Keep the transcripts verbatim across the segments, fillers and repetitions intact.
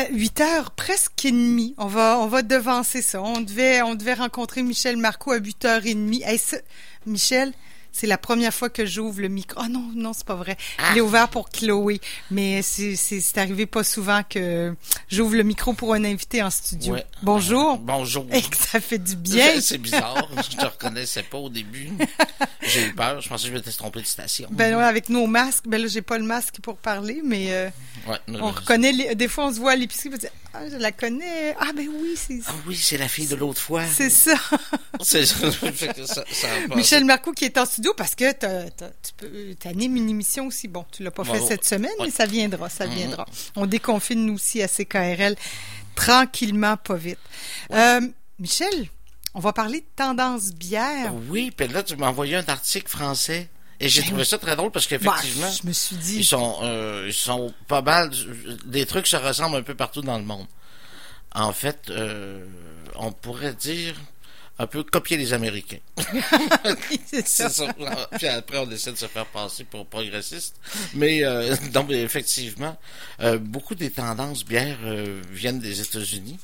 À huit heures, presque et demie. On va, on va devancer ça. On devait, on devait rencontrer Michel Marcoux à huit heures trente. Hey, ça, Michel, c'est la première fois que j'ouvre le micro. Ah oh non, non, c'est pas vrai. Ah. Il est ouvert pour Chloé. Mais c'est, c'est, c'est arrivé pas souvent que j'ouvre le micro pour un invité en studio. Ouais. Bonjour. Euh, bonjour. Et que ça fait du bien. C'est bizarre. Je te reconnaissais pas au début. J'ai eu peur. Je pensais que je m'étais trompé de station. Ben ouais, avec nos masques. Ben là, j'ai pas le masque pour parler, mais euh, ouais, on reconnaît. Les, des fois, on se voit à l'épicerie. On se dit, ah, je la connais. Ah ben oui, c'est. Ah oui, c'est la fille de l'autre fois. C'est ça. C'est ça. ça, ça Michel Marcoux qui est en studio parce que t'as, t'as, tu peux, t'animes une émission aussi. Bon, tu l'as pas fait bon, cette semaine, ouais. mais ça viendra, ça mm-hmm. viendra. On déconfine nous aussi à C K R L tranquillement, pas vite. Ouais. Euh, Michel, on va parler de tendance bière. Oui, puis là, tu m'as envoyé un article français. Et j'ai ben trouvé oui. ça très drôle parce qu'effectivement, bah, je me suis dit... ils sont, euh, ils sont pas mal, des trucs se ressemblent un peu partout dans le monde. En fait, euh, on pourrait dire un peu copier les Américains. oui, c'est ça. c'est ça. Puis après, on essaie de se faire passer pour progressiste. Mais euh, donc, effectivement, euh, beaucoup des tendances bières euh, viennent des États-Unis.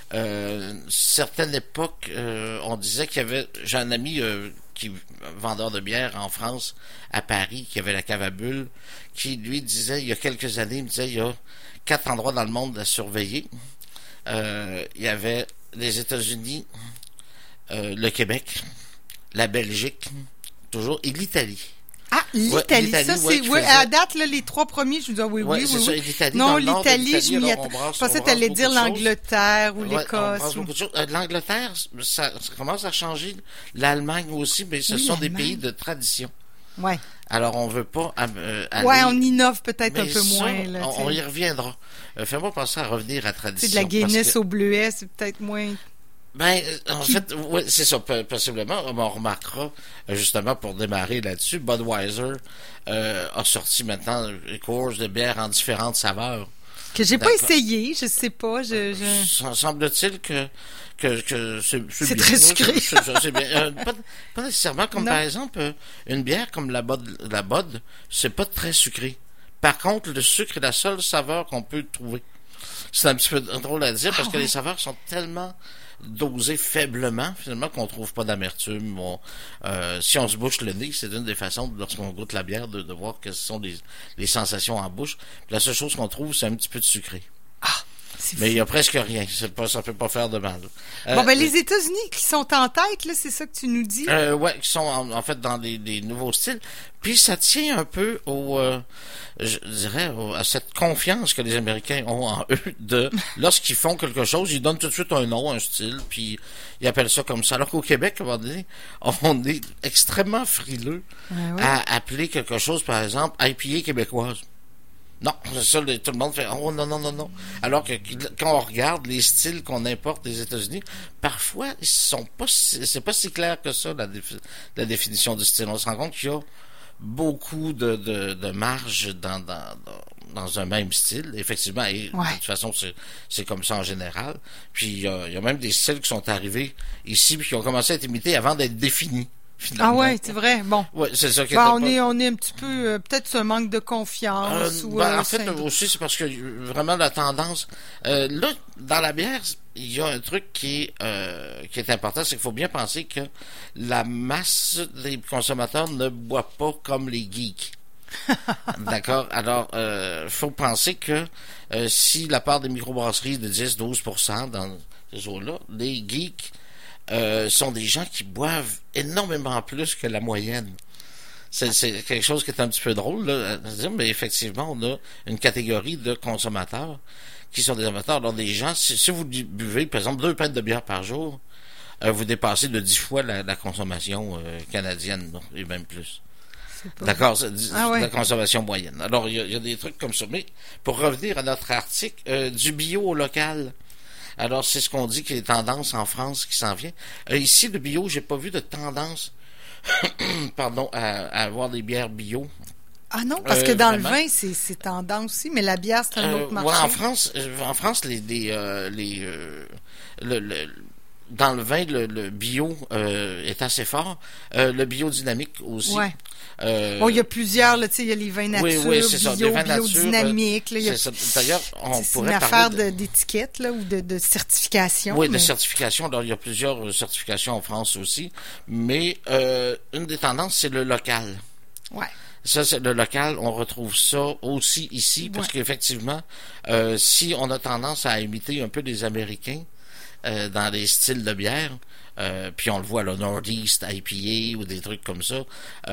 Euh, certaines époques, euh, on disait qu'il y avait... J'ai un ami... Euh, qui vendeur de bière en France, à Paris, qui avait la cave à bulles, qui lui disait, il y a quelques années, il me disait, il y a quatre endroits dans le monde à surveiller. Euh, il y avait les États-Unis, euh, le Québec, la Belgique, toujours, et l'Italie. Ah, l'Italie, ouais, l'Italie ça ouais, c'est... Oui, faisais... à date, là, les trois premiers, je vous dis, ah, oui, ouais, oui, c'est oui. ça, oui. l'Italie, non, dans l'Italie, l'Italie, je m'y attends. Je pensais que tu allais dire l'Angleterre ou ouais, l'Écosse. Ou... Euh, L'Angleterre, ça, ça commence à changer. L'Allemagne aussi, mais ce oui, sont l'Allemagne. Des pays de tradition. Ouais. Alors, on veut pas euh, aller... Ouais, on innove peut-être mais un peu ça, moins. Là, on, on y reviendra. Euh, fais-moi penser à revenir à tradition. C'est de la Guinness que... au bleuet, c'est peut-être moins... Ben, en Qui... fait, oui, c'est ça, possiblement. On remarquera, justement, pour démarrer là-dessus, Budweiser euh, a sorti maintenant une course de bière en différentes saveurs. Que j'ai D'accord. pas essayé, je sais pas. Je, je... Semble-t-il que, que, que c'est, c'est, c'est bien. très sucré. C'est, c'est, c'est bien. Euh, pas, pas nécessairement comme, non. par exemple, une bière comme la Bud, la Bud, c'est pas très sucré. Par contre, le sucre est la seule saveur qu'on peut trouver. C'est un petit peu drôle à dire parce ah, que ouais. les saveurs sont tellement dosées faiblement, finalement, qu'on trouve pas d'amertume. On, euh, si on se bouche le nez, c'est une des façons, lorsqu'on goûte la bière, de, de voir quelles sont les, les sensations en bouche. Puis la seule chose qu'on trouve, c'est un petit peu de sucré. Ah! Mais il y a presque rien. C'est pas, ça peut pas faire de mal. Euh, bon, ben, les États-Unis qui sont en tête, là, c'est ça que tu nous dis? Euh, ouais, qui sont, en, en fait, dans des, des nouveaux styles. Puis, ça tient un peu au, euh, je dirais, au, à cette confiance que les Américains ont en eux de, lorsqu'ils font quelque chose, ils donnent tout de suite un nom, un style, puis ils appellent ça comme ça. Alors qu'au Québec, à un moment donné, on est extrêmement frileux ah, ouais. à appeler quelque chose, par exemple, I P A québécoise. Non, c'est ça, tout le monde fait « Oh non, non, non, non ». Alors que quand on regarde les styles qu'on importe des États-Unis, parfois, ils sont pas, c'est pas si clair que ça, la, défi- la définition du style. On se rend compte qu'il y a beaucoup de, de, de marge dans, dans, dans un même style, effectivement, et ouais. de toute façon, c'est, c'est comme ça en général. Puis, il y a, il y a même des styles qui sont arrivés ici, puis qui ont commencé à être imités avant d'être définis. Finalement. Ah ouais, c'est vrai. Bon. Ouais, c'est ça qui ben, on pas... est on est un petit peu euh, peut-être ce manque de confiance euh, ou ben, euh, en fait c'est... aussi c'est parce que vraiment la tendance euh, là dans la bière, il y a un truc qui est euh, qui est important, c'est qu'il faut bien penser que la masse des consommateurs ne boit pas comme les geeks. D'accord? Alors, euh, faut penser que euh, si la part des microbrasseries est de dix à douze pour cent dans ces eaux-là, les geeks Euh, sont des gens qui boivent énormément plus que la moyenne. C'est, c'est quelque chose qui est un petit peu drôle, là, à dire, mais effectivement, on a une catégorie de consommateurs qui sont des amateurs. Alors, des gens, si, si vous buvez, par exemple, deux pintes de bière par jour, euh, vous dépassez de dix fois la, la consommation euh, canadienne, non, et même plus. Pas... D'accord, c'est ah ouais. la consommation moyenne. Alors, il y, y a des trucs comme ça. Mais, pour revenir à notre article, euh, du bio au local. Alors, c'est ce qu'on dit qu'il y a des tendances en France qui s'en vient. Euh, ici, le bio, j'ai pas vu de tendance pardon, à, à avoir des bières bio. Ah non, parce euh, que dans vraiment. le vin, c'est, c'est tendance aussi, mais la bière, c'est un euh, autre marché. Ouais, en France, en France, les, les, euh, les euh, le, le, dans le vin, le, le bio euh, est assez fort. Euh, le biodynamique aussi. Ouais. Euh, bon, il y a plusieurs, là, tu sais, il y a les vins nature, oui, oui, c'est ça, bio, vins biodynamiques. Nature, euh, c'est D'ailleurs, on c'est pourrait une parler affaire de... de, d'étiquette, là, ou de, de certification. Oui, mais... de certification. Alors, il y a plusieurs certifications en France aussi. Mais euh, une des tendances, c'est le local. Ouais. Ça, c'est le local. On retrouve ça aussi ici, parce ouais. qu'effectivement, euh, si on a tendance à imiter un peu les Américains euh, dans les styles de bière, euh, puis on le voit, le Northeast I P A ou des trucs comme ça,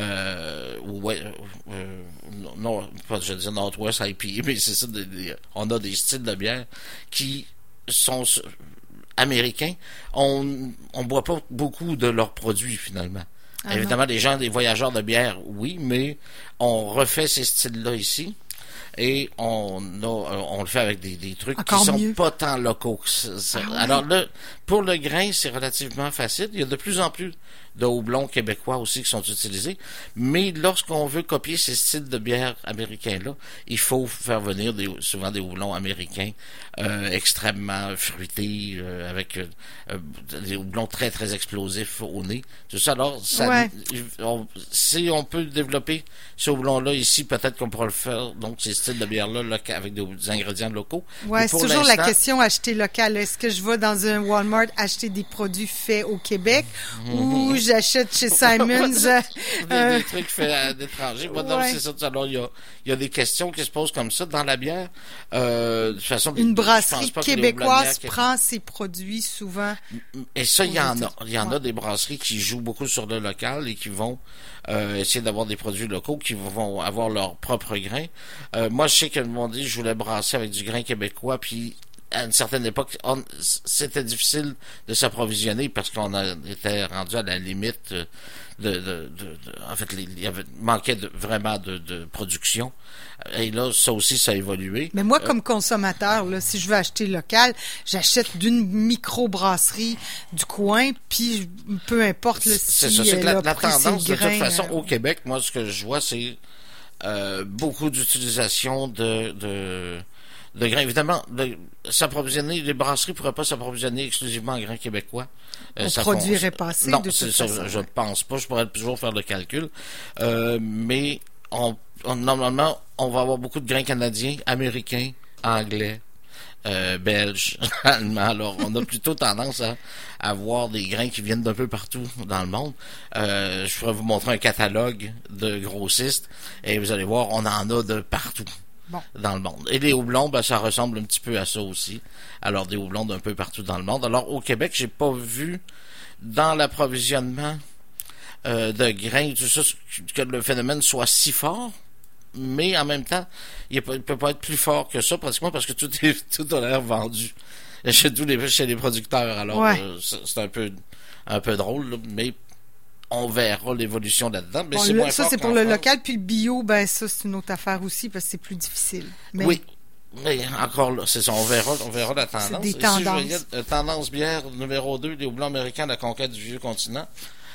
euh, ou ouais, euh, non, pas je veux dire Northwest I P A, mais c'est ça, des, des, on a des styles de bière qui sont américains. On on boit pas beaucoup de leurs produits finalement. Ah Évidemment, non. les gens, des voyageurs de bière, oui, mais on refait ces styles-là ici. Et on a, on le fait avec des, des trucs Encore qui sont mieux. pas tant locaux. Ah ouais. Alors là, pour le grain, c'est relativement facile. Il y a de plus en plus de houblons québécois aussi qui sont utilisés. Mais lorsqu'on veut copier ces styles de bière américains-là, il faut faire venir des, souvent des houblons américains euh, extrêmement fruités, euh, avec euh, des houblons très, très explosifs au nez. Tout ça, alors, ça, ouais. on, si on peut développer ce houblon-là ici, peut-être qu'on pourra le faire, donc ces styles de bière-là, loca- avec des, des ingrédients locaux. Ouais, c'est toujours la question acheter local. Est-ce que je vais dans un Walmart acheter des produits faits au Québec mm-hmm. ou j'achète chez Simons des, euh... des trucs faits à l'étranger? Ouais. Non, c'est ça. Alors, il y a, il y a des questions qui se posent comme ça dans la bière. Euh, de toute façon, une brasserie québécoise prend ses produits souvent. Et ça, il y en a. Il y en ouais. a des brasseries qui jouent beaucoup sur le local et qui vont euh, essayer d'avoir des produits locaux, qui vont avoir leur propre grain. Euh, moi, je sais que m'ont dit je voulais brasser avec du grain québécois, puis à une certaine époque, on, c'était difficile de s'approvisionner parce qu'on a, était rendu à la limite de, de, de, de en fait, les, il y avait manquait de, vraiment de, de production. Et là, ça aussi, ça a évolué. Mais moi, euh, comme consommateur, là, si je veux acheter local, j'achète d'une micro-brasserie du coin, puis peu importe le C'est si, ça, c'est que euh, la, la tendance, grain, de toute façon, euh, au Québec, moi, ce que je vois, c'est euh, beaucoup d'utilisation de... de de grains. Évidemment, de, s'approvisionner, les brasseries ne pourraient pas s'approvisionner exclusivement en grains québécois. Euh, ça produirait pas assez, non, de toute ça, façon. Je ne pense pas. Je pourrais toujours faire le calcul. Euh, mais on, on, normalement, on va avoir beaucoup de grains canadiens, américains, anglais, euh, belges, allemands. Alors, on a plutôt tendance à avoir des grains qui viennent d'un peu partout dans le monde. Euh, je pourrais vous montrer un catalogue de grossistes et vous allez voir, on en a de partout. Bon. Dans le monde. Et les houblons, ben, ça ressemble un petit peu à ça aussi. Alors, des houblons d'un peu partout dans le monde. Alors, au Québec, j'ai pas vu dans l'approvisionnement euh, de grains, tout ça, que le phénomène soit si fort, mais en même temps, il ne peut pas être plus fort que ça, pratiquement, parce que tout est, tout a l'air vendu chez tous les, chez les producteurs. Alors, ouais. euh, c'est un peu, un peu drôle, là, mais on verra l'évolution là-dedans. Mais bon, c'est le, moins ça, fort c'est pour qu'en le France. local, puis le bio, ben ça, c'est une autre affaire aussi, parce que c'est plus difficile. Mais... Oui. Mais encore là, c'est ça, on verra, on verra la tendance. C'est des Et tendances. si je voyais, euh, tendance bière numéro deux, les houblons américains de la conquête du vieux continent,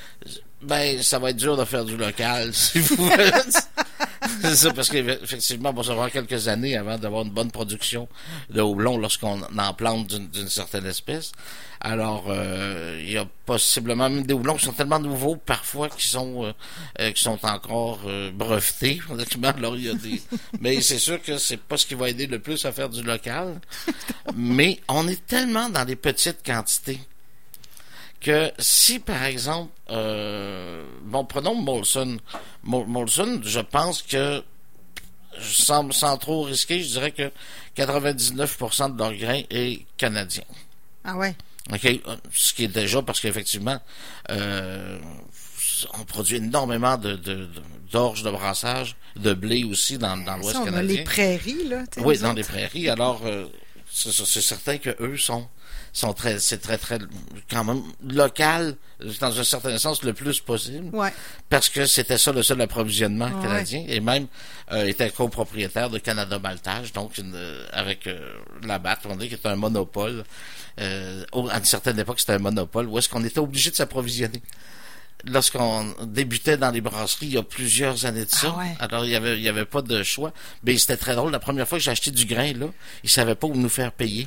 ben, ça va être dur de faire du local, si vous voulez. C'est ça, parce qu'effectivement, bon, ça va avoir quelques années avant d'avoir une bonne production de houblon lorsqu'on en plante d'une, d'une certaine espèce. Alors, euh, il y a possiblement même des houblons qui sont tellement nouveaux, parfois, qui sont euh, euh, qui sont encore euh, brevetés. Alors, il y a des... Mais c'est sûr que c'est pas ce qui va aider le plus à faire du local. Mais on est tellement dans les petites quantités que si, par exemple, euh, bon, prenons Molson. Molson, je pense que, sans, sans trop risquer, je dirais que quatre-vingt-dix-neuf pour cent de leur grain est canadien. Ah ouais? OK, ce qui est déjà, parce qu'effectivement, euh, on produit énormément de, de, de, d'orge de brassage, de blé aussi dans, dans l'Ouest ça, on canadien. A les prairies, là. Oui, dans les prairies. Alors, euh, c'est, c'est certain que eux sont... sont très, c'est très, très, quand même, local, dans un certain sens, le plus possible. Ouais. Parce que c'était ça le seul approvisionnement ouais. canadien. Et même, euh, était copropriétaire de Canada Maltage, donc, une, euh, avec, euh, la B A T, on dit, qui est un monopole. Euh, à une certaine époque, c'était un monopole où est-ce qu'on était obligé de s'approvisionner. Lorsqu'on débutait dans les brasseries, il y a plusieurs années de ça. Ah ouais. Alors, il y avait, il y avait pas de choix. Mais c'était très drôle. La première fois que j'ai acheté du grain, là, ils savaient pas où nous faire payer.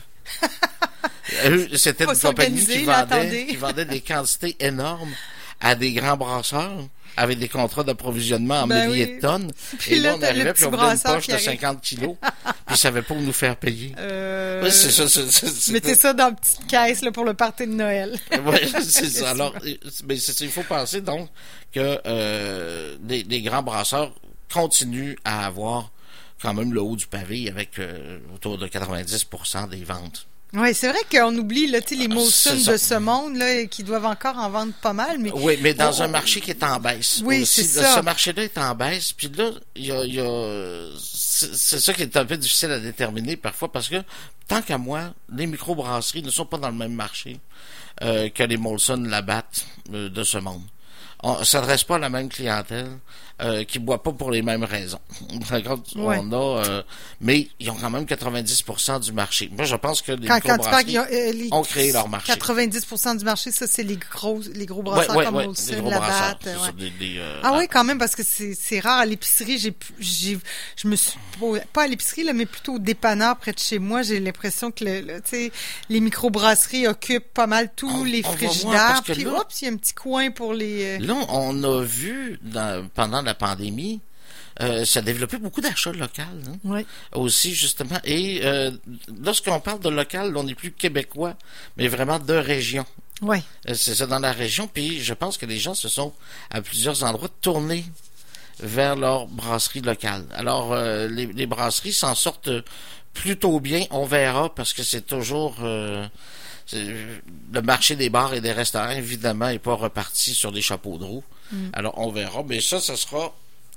Eux, c'était une compagnie qui vendait, qui vendait des quantités énormes à des grands brasseurs. avec des contrats d'approvisionnement en Ben milliers oui. de tonnes. Puis Et là, là, on t'as le arrivait, petit puis on voulait une brasseur poche qui de arrive. cinquante kilos, puis ils savaient pas où nous faire payer. Euh... Oui, c'est ça. C'est, c'est, c'est, Mettez ça dans une petite caisse là, pour le party de Noël. Oui, c'est ça. Alors, mais c'est, il faut penser donc que euh, des, des grands brasseurs continuent à avoir quand même le haut du pavé avec euh, autour de quatre-vingt-dix pour cent des ventes. Oui, c'est vrai qu'on oublie là, tu sais, les Molson C'est ça. de ce monde là, qui doivent encore en vendre pas mal. Mais Oui, mais dans Oh, un marché qui est en baisse. Oui, aussi. c'est ça. Ce marché-là est en baisse. Puis là, il y a, il y a c'est, c'est ça qui est un peu difficile à déterminer parfois parce que tant qu'à moi, les microbrasseries ne sont pas dans le même marché euh, que les Molson Labatt euh, de ce monde. On ne s'adresse pas à la même clientèle euh, qui ne boit pas pour les mêmes raisons. D'accord? Ouais. On a, euh, mais ils ont quand même quatre-vingt-dix pour cent du marché. Moi, je pense que les quand, quand tu parles microbrasseries qu'ils ont, euh, les ont créé leur marché. quatre-vingt-dix pour cent du marché, ça, c'est les gros, les gros Ouais, brasseurs ouais, comme ouais, Molson, les gros brasseurs. Labatt. C'est ouais. ça, des- des, euh, Ah oui, quand même, parce que c'est, c'est rare à l'épicerie. J'ai, pu- j'ai, je me suis, pas à l'épicerie, là, mais plutôt au dépanneur près de chez moi. J'ai l'impression que le, le, tu sais, les microbrasseries occupent pas mal tous On- les on va voir, frigidaires. parce que Puis, là- oups, il y a un petit coin pour les... euh, Là, on a vu dans- pendant la pandémie, euh, ça a développé beaucoup d'achats locaux, hein, Oui. aussi justement. Et euh, lorsqu'on parle de local, on n'est plus québécois, mais vraiment de région. Oui. Euh, C'est ça dans la région. Puis je pense que les gens se sont à plusieurs endroits tournés vers leur brasserie locale. Alors euh, les, les brasseries s'en sortent plutôt bien. On verra parce que c'est toujours euh, c'est- le marché des bars et des restaurants évidemment est pas reparti sur des chapeaux de roue. Mm. Alors on verra, mais ça, ça sera,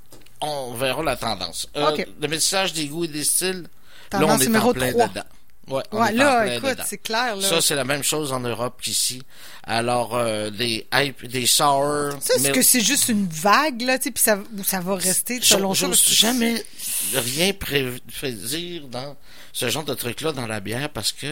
on verra la tendance. Euh, OK. Le métissage des goûts et des styles, là Tendance on est numéro en plein trois. dedans. Ouais, on Ouais, est en là, plein écoute, dedans. c'est clair, là. Ça, c'est la même chose en Europe qu'ici. Alors, euh, des hype, des sour. Ça, est-ce milk- que c'est juste une vague, là, tu sais, puis ça, ou ça va rester selon ça? J'ose parce que- jamais rien pré- prédire dans ce genre de truc-là dans la bière parce que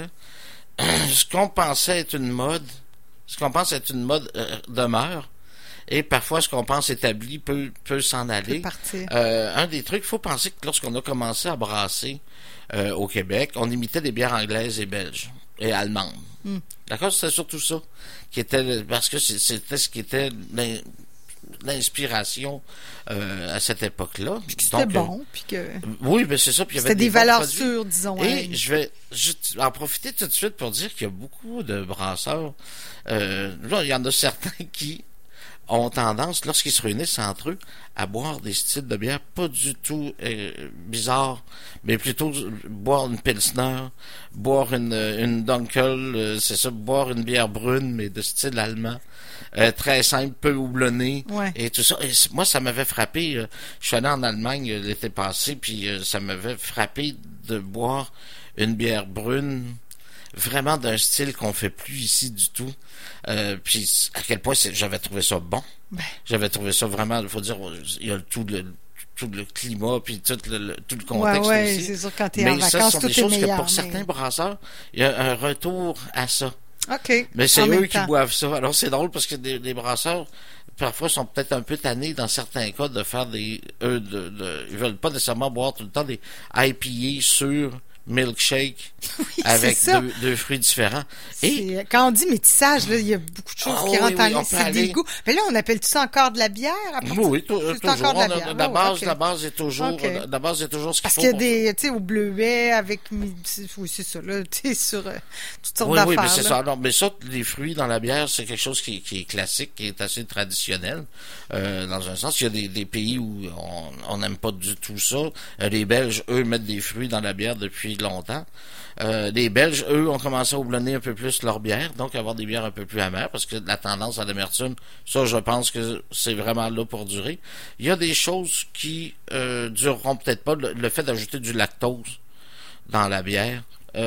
ce qu'on pensait être une mode, ce qu'on pense être une mode euh, demeure. Et parfois, ce qu'on pense établi peut, peut s'en aller. Peut partir. Euh, un des trucs, il faut penser que lorsqu'on a commencé à brasser euh, au Québec, on imitait des bières anglaises et belges et allemandes. Mm. D'accord? C'était surtout ça qui était, parce que c'est- c'était ce qui était l'in- l'inspiration euh, à cette époque-là. Puis que c'était Donc, euh, bon, puis que oui, ben c'est ça. Puis il y avait c'était des, bons valeurs produits. sûres, disons. Et hein. je vais juste en profiter tout de suite pour dire qu'il y a beaucoup de brasseurs. Euh, là, il y en a certains qui ont tendance, lorsqu'ils se réunissent entre eux, à boire des styles de bière pas du tout euh, bizarres, mais plutôt boire une Pilsner, boire une, une Dunkel, euh, c'est ça, boire une bière brune, mais de style allemand, euh, très simple, peu houblonné, Ouais. et tout ça. Et c- moi, ça m'avait frappé. euh, je suis allé en Allemagne euh, l'été passé, puis euh, ça m'avait frappé de boire une bière brune vraiment d'un style qu'on fait plus ici du tout. Euh, puis à quel point c'est- j'avais trouvé ça bon. Ben. J'avais trouvé ça vraiment, il faut dire, il y a tout le tout le climat puis tout le, le- tout le Ouais, contexte ouais, aussi. c'est sûr, quand t'es Mais en ça, ce vacances, sont tout des est choses que meilleur. pour mais- certains brasseurs, il y a un retour à ça. OK. Mais c'est En même eux qui temps. boivent ça. Alors c'est drôle parce que des, des brasseurs parfois sont peut-être un peu tannés dans certains cas de faire des eux de, de ils veulent pas nécessairement boire tout le temps des I P A sur milkshake Oui, avec c'est ça. deux, deux fruits différents. Et C'est- Quand on dit métissage, là, il y a beaucoup de choses Ah qui oui, rentrent en oui, on ligne. peut C'est des aller- goûts. Mais là, on appelle tout ça encore de la bière? À partir- oui, oui, tou- c'est toujours. encore de la On a- bière. la Ah ouais, base, ok. la base est toujours, Ok. la base est toujours ce qu'il Parce faut. qu'il y a pour- des, tu sais, au bleuet avec, mi- oui, c'est ça, là, tu sais, sur euh, toutes sortes Oui, d'affaires. oui, mais c'est là. ça. Alors, mais ça, les fruits dans la bière, c'est quelque chose qui, qui est classique, qui est assez traditionnel, euh, dans un sens. Il y a des, des pays où on on n'aime pas du tout ça. Euh, les Belges, eux, mettent des fruits dans la bière depuis longtemps. Euh, les Belges, eux, ont commencé à houblonner un peu plus leur bière, donc avoir des bières un peu plus amères, parce que la tendance à l'amertume, ça, je pense que c'est vraiment là pour durer. Il y a des choses qui euh, dureront peut-être pas. Le, le fait d'ajouter du lactose dans la bière,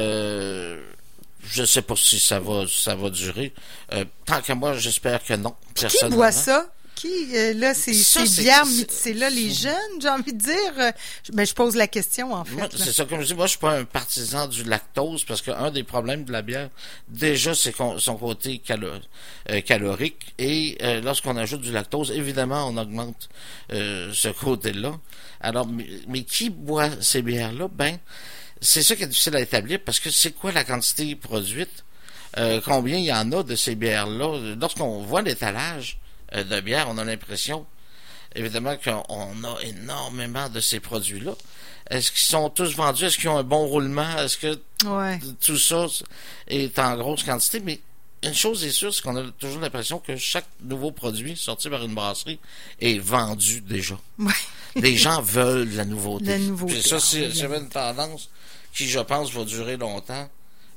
euh, je sais pas si ça va ça va durer. Euh, tant qu'à moi, j'espère que non. Qui personnellement. boit ça? Qui, euh, là, ces, Ça, ces c'est- bières c'est- métissées-là, les jeunes, j'ai envie de dire? euh, je- Ben, je pose la question, en fait. Moi, là. c'est ça, comme je dis, moi, je suis pas un partisan du lactose parce qu'un des problèmes de la bière, déjà, c'est qu'on- son côté calo- euh, calorique. Et euh, lorsqu'on ajoute du lactose, évidemment, on augmente euh, ce côté-là. Alors, mais, mais qui boit ces bières-là? Ben, c'est ça qui est difficile à établir parce que c'est quoi la quantité produite? Euh, combien il y en a de ces bières-là? Lorsqu'on voit l'étalage euh, de bière, on a l'impression évidemment qu'on on a énormément de ces produits-là. Est-ce qu'ils sont tous vendus? Est-ce qu'ils ont un bon roulement? Est-ce que Ouais. tout ça est en grosse quantité? Mais une chose est sûre, c'est qu'on a toujours l'impression que chaque nouveau produit sorti par une brasserie est vendu déjà. Ouais. Les gens veulent la nouveauté. La nouveauté. Puis ça, c'est, Ah, c'est une tendance qui, je pense, va durer longtemps.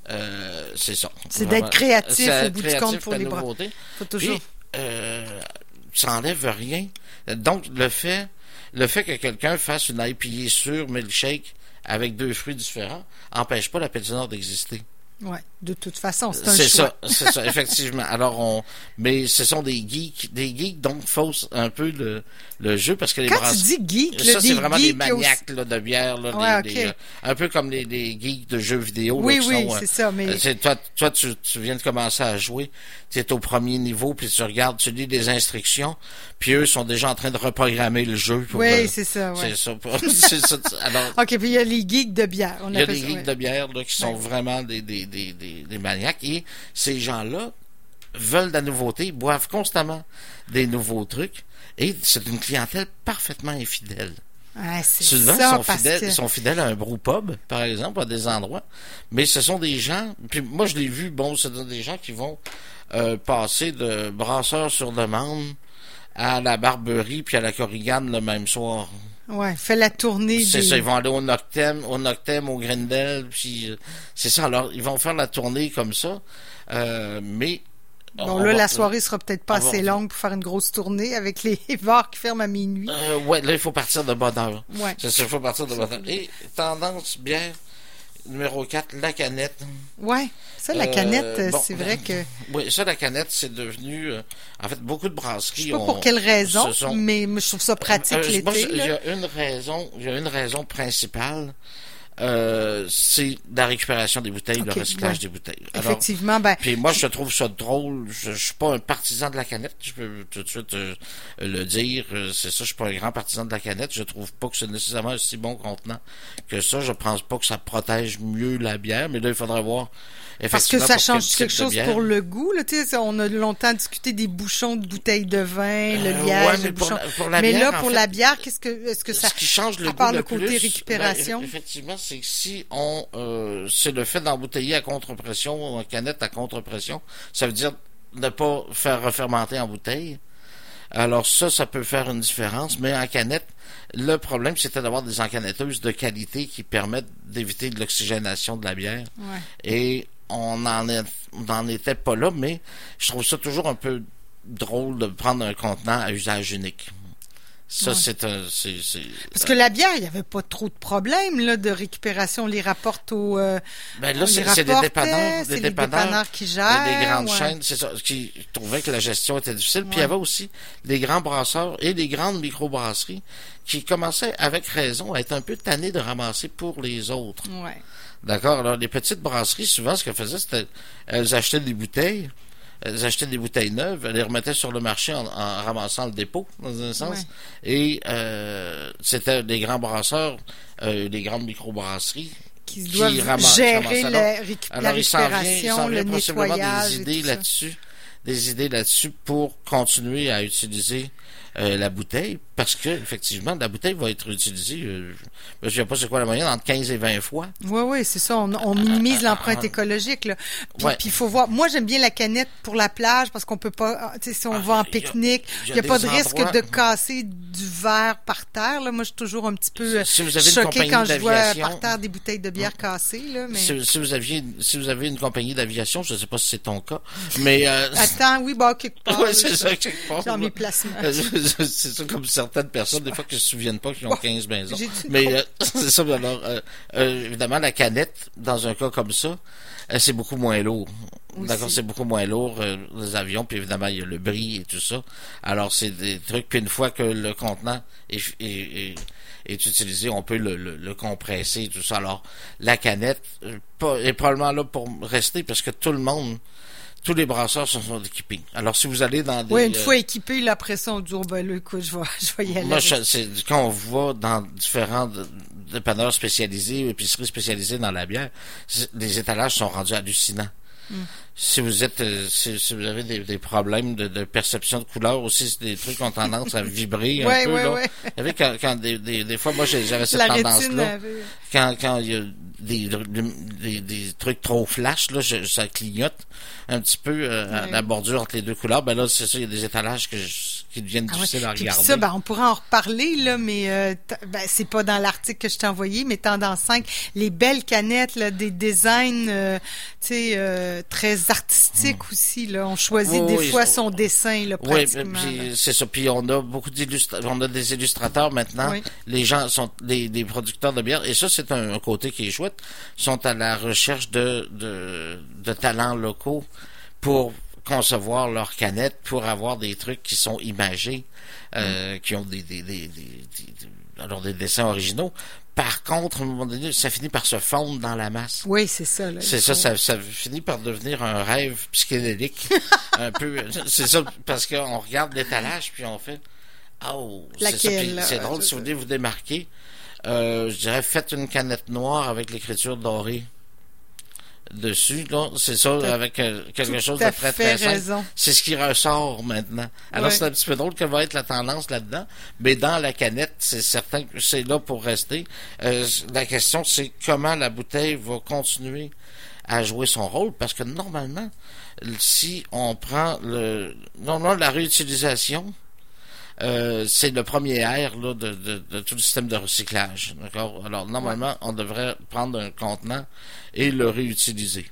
Euh, c'est ça. C'est Vraiment. d'être créatif C'est au être bout du créatif, compte pour la les bras. nouveauté. Faut toujours. Puis, euh, ça enlève rien. Donc, le fait, le fait que quelqu'un fasse une I P A sur milkshake avec deux fruits différents empêche pas la pétineur d'exister. Ouais. De toute façon, c'est un C'est choix. ça, c'est ça, effectivement. Alors, on, mais ce sont des geeks, des geeks donc faussent un peu le, le jeu parce que les Quand brasseries. tu dis geek, là, Ça, des c'est vraiment des geeks maniaques là, de bière, là, Ouais, des, ok. des, euh, un peu comme les, les geeks de jeux vidéo. Oui, là, qui oui, sont, euh, c'est ça, mais- euh, c'est, toi, toi tu, tu viens de commencer à jouer, tu es au premier niveau, puis tu regardes, tu lis des instructions, puis eux sont déjà en train de reprogrammer le jeu. Pour, Oui, euh, c'est ça, ouais. C'est ça. c'est ça. Alors, OK, puis il y a les geeks de bière. On il y a appelle des ça, geeks ouais. de bière là, qui sont Ouais. vraiment des, des, des, des, des maniaques. Et ces gens-là veulent de la nouveauté, boivent constamment des nouveaux trucs. Et c'est une clientèle parfaitement infidèle. Ouais, c'est Souvent, ça, ils sont parce fidèles, que... ils sont fidèles à un brew-pub, par exemple, à des endroits. Mais ce sont des gens... Puis moi, je l'ai vu, bon, c'est des gens qui vont euh, passer de brasseur sur demande à la Barberie puis à la Korrigan le même soir. Ouais, fait la tournée C'est des... ça, ils vont aller au Noctem, au Noctem, au Grindel, puis euh, c'est ça. Alors, ils vont faire la tournée comme ça, euh, mais... Bon, on là, va- la soirée sera peut-être pas on va- assez longue pour faire une grosse tournée avec les bars qui ferment à minuit. Euh, ouais, là, il faut partir de bonne heure. Ouais. C'est ça, il faut partir de bonne heure. Et tendance bière, numéro quatre, la canette. Ouais, ça, la Euh, canette, bon, c'est vrai que... Oui, ça, la canette, c'est devenu... euh, en fait, beaucoup de brasseries Je sais pas ont- pour quelle raison, se sont- mais moi, je trouve ça pratique Euh, moi, l'été. il y là. a une raison, il y a une raison principale, euh, c'est la récupération des bouteilles, le Ok, recyclage ouais. des bouteilles. Alors, Effectivement, ben, puis moi, je trouve ça drôle. Je, je suis pas un partisan de la canette. Je peux tout de suite euh, le dire. Euh, C'est ça, je suis pas un grand partisan de la canette. Je trouve pas que c'est nécessairement un si bon contenant que ça. Je pense pas que ça protège mieux la bière. Mais là, il faudrait voir. parce que effectivement, ça pour change quel quelque type de chose bière. pour le goût. Là, tu sais, on a longtemps discuté des bouchons de bouteilles de vin, le Euh, liège, ouais, le mais pour bouchon. la- pour la mais bière, là, en pour fait, la bière, qu'est-ce que, est-ce que ça, Ce qui change le à goût part le, le côté plus, récupération? ben, effectivement, c'est que si on, euh, c'est le fait d'embouteiller à contre-pression ou en canette à contre-pression, ça veut dire ne pas faire refermenter en bouteille. Alors ça, ça peut faire une différence, mais en canette, le problème, c'était d'avoir des encanetteuses de qualité qui permettent d'éviter de l'oxygénation de la bière. Ouais. Et on n'en est, on n'en était pas là, mais je trouve ça toujours un peu drôle de prendre un contenant à usage unique. Ça, Ouais. c'est un, c'est, c'est, Parce que la bière, il n'y avait pas trop de problèmes là, de récupération. On les rapporte au... euh, ben on là, les c'est, c'est des rapportait, dépanneurs, c'est des les dépanneurs, dépanneurs qui gèrent. des grandes ouais. chaînes, c'est ça, qui trouvaient que la gestion était difficile. Puis il y Ouais. avait aussi les grands brasseurs et les grandes microbrasseries qui commençaient, avec raison, à être un peu tannés de ramasser pour les autres. Ouais. D'accord? Alors, les petites brasseries, souvent, ce qu'elles faisaient, c'était, elles achetaient des bouteilles, elles achetaient des bouteilles neuves, elles les remettaient sur le marché en, en ramassant le dépôt, dans un sens. Ouais. Et euh, c'était les grands brasseurs, euh, les grandes microbrasseries Qui qui doivent ramassent- gérer ramassent. la, Alors, récup- la alors, il s'en vient, il récupération, s'en vient le possiblement nettoyage des et idées tout ça. là-dessus, des idées là-dessus pour continuer à utiliser euh, la bouteille, parce que effectivement, la bouteille va être utilisée, euh, je ne sais pas c'est quoi la moyenne, entre quinze et vingt fois. Oui, oui, c'est ça. On, on minimise l'empreinte écologique. Là. Puis, Ouais. puis il faut voir. Moi, j'aime bien la canette pour la plage parce qu'on peut pas. Tu sais, si on Ah, va en il y a- pique-nique, il y il a n'y a, pas des de risque endroits- de casser du verre par terre. Là. Moi, je suis toujours un petit peu euh, Si vous avez une choquée compagnie quand je vois d'aviation- par terre des bouteilles de bière cassées. Là, mais... Si, si vous aviez, si vous avez une compagnie d'aviation, je ne sais pas si c'est ton cas, mais euh, Attends, oui, bah, quelque part. ouais, là, c'est ça. ça quelque part. Dans mes placements. C'est ça comme certaines personnes, des fois, qui se souviennent pas qu'ils ont quinze maisons. J'ai dit Mais non. euh, c'est ça, alors, euh, euh, évidemment, la canette, dans un cas comme ça, euh, c'est beaucoup moins lourd. Aussi. D'accord, c'est beaucoup moins lourd, euh, les avions, puis évidemment, il y a le bris et tout ça. Alors, c'est des trucs, puis une fois que le contenant est, est, est, est utilisé, on peut le, le, le compresser et tout ça. Alors, la canette euh, pas- est probablement là pour rester, parce que tout le monde, tous les brasseurs se sont équipés. Alors, si vous allez dans des... Oui, une euh, fois équipé, là, après ça, on dit, oh, ben là, écoute, je vais, je vais y aller. moi, avec. je- c'est quand on va dans différents de- dépanneurs spécialisés, épiceries spécialisées dans la bière, c'est- les étalages sont rendus hallucinants. Mm. si vous êtes, euh, si, si vous avez des, des problèmes de, de perception de couleur aussi, des trucs ont tendance à vibrer un ouais, peu. Ouais, là. ouais. Vous savez, quand, quand des, des, des fois, moi, j'avais cette La tendance-là. avait... Quand, quand il y a des, des, des trucs trop flash, là, je, ça clignote un petit peu euh, ouais. à la bordure entre les deux couleurs. Ben là, c'est ça, il y a des étalages que je, qui deviennent ah difficiles ouais. à regarder. Puis ça, ben, on pourra en reparler, là, mais euh, ben, c'est pas dans l'article que je t'ai envoyé, mais tendance cinq, les belles canettes, là, des designs euh, tu sais, euh, très artistiques mmh. aussi. Là. On choisit oui, des oui, fois son dessin, là, pratiquement. Oui, c'est ça. Puis on a beaucoup d'illustrateurs, on a des illustrateurs maintenant. Oui. Les gens sont les, les producteurs de bière, et ça, c'est un, un côté qui est chouette, sont à la recherche de, de, de talents locaux pour concevoir leurs canettes, pour avoir des trucs qui sont imagés, euh, mm. qui ont des, des, des, des, des, alors des dessins originaux. Par contre, à un moment donné, ça finit par se fondre dans la masse. Oui, c'est ça. Là, c'est ça, ça, ça finit par devenir un rêve psychédélique. un peu. C'est ça, parce qu'on regarde l'étalage, puis on fait oh, c'est ça. Puis c'est drôle, si vous voulez vous démarquer, euh, je dirais, faites une canette noire avec l'écriture dorée dessus, là, c'est ça, t'as avec euh, quelque chose de très très simple. C'est ce qui ressort maintenant. Alors ouais. c'est un petit peu drôle que va être la tendance là-dedans, mais dans la canette, c'est certain que c'est là pour rester. Euh, la question, c'est comment la bouteille va continuer à jouer son rôle, parce que normalement, si on prend le normalement la réutilisation, Euh, c'est le premier R là, de, de, de tout le système de recyclage. D'accord? Alors, normalement, on devrait prendre un contenant et le réutiliser.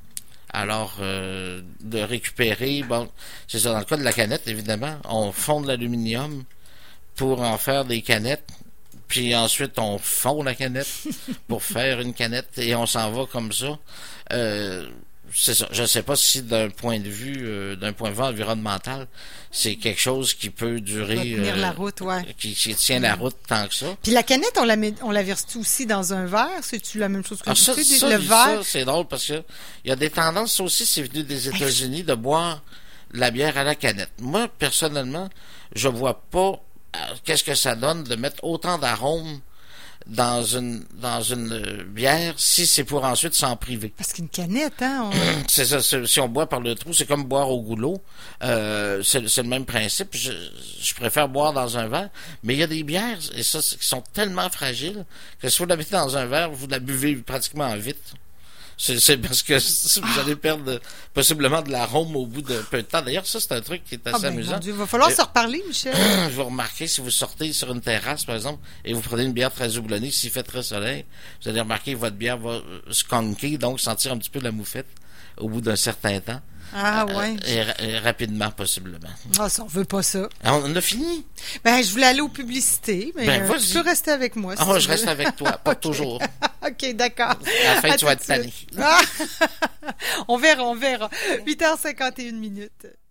Alors, euh, de récupérer, bon, c'est ça, dans le cas de la canette, évidemment, on fond de l'aluminium pour en faire des canettes, puis ensuite, on fond la canette pour faire une canette, et on s'en va comme ça. Euh, c'est ça. Je ne sais pas si d'un point de vue euh, d'un point de vue environnemental, c'est quelque chose qui peut durer tenir euh, la route, ouais. qui, qui tient la route tant que ça. Puis la canette, on la met, on la verse aussi dans un verre, c'est-tu la même chose que ah, ça, tu sais, ça, le verre. Ça, c'est drôle parce que il y a des tendances, ça aussi c'est venu des États-Unis de boire la bière à la canette. Moi personnellement, je vois pas euh, qu'est-ce que ça donne de mettre autant d'arômes dans une dans une bière si c'est pour ensuite s'en priver. Parce qu'une canette, hein? On... c'est ça. C'est, si on boit par le trou, c'est comme boire au goulot. Euh, c'est, c'est le même principe. Je, je préfère boire dans un verre. Mais il y a des bières, et ça, qui sont tellement fragiles que si vous la mettez dans un verre, vous la buvez pratiquement vite. C'est, c'est parce que vous allez perdre possiblement de l'arôme au bout de peu de temps. D'ailleurs, ça, c'est un truc qui est assez oh ben, amusant. Il va falloir euh, se reparler, Michel. Vous remarquez, si vous sortez sur une terrasse, par exemple, et vous prenez une bière très houblonnée, s'il fait très soleil, vous allez remarquer que votre bière va skunker, donc sentir un petit peu la moufette au bout d'un certain temps. Ah, ouais. Euh, et, et rapidement, possiblement. Ah, ça, on veut pas ça. Alors, on a fini? Ben, je voulais aller aux publicités, mais ben, euh, tu peux rester avec moi. Si ah, je veux. reste avec toi, pas okay. toujours. OK, d'accord. À la fin, à tu vas être tanné. On verra, on verra. huit heures cinquante et une minutes.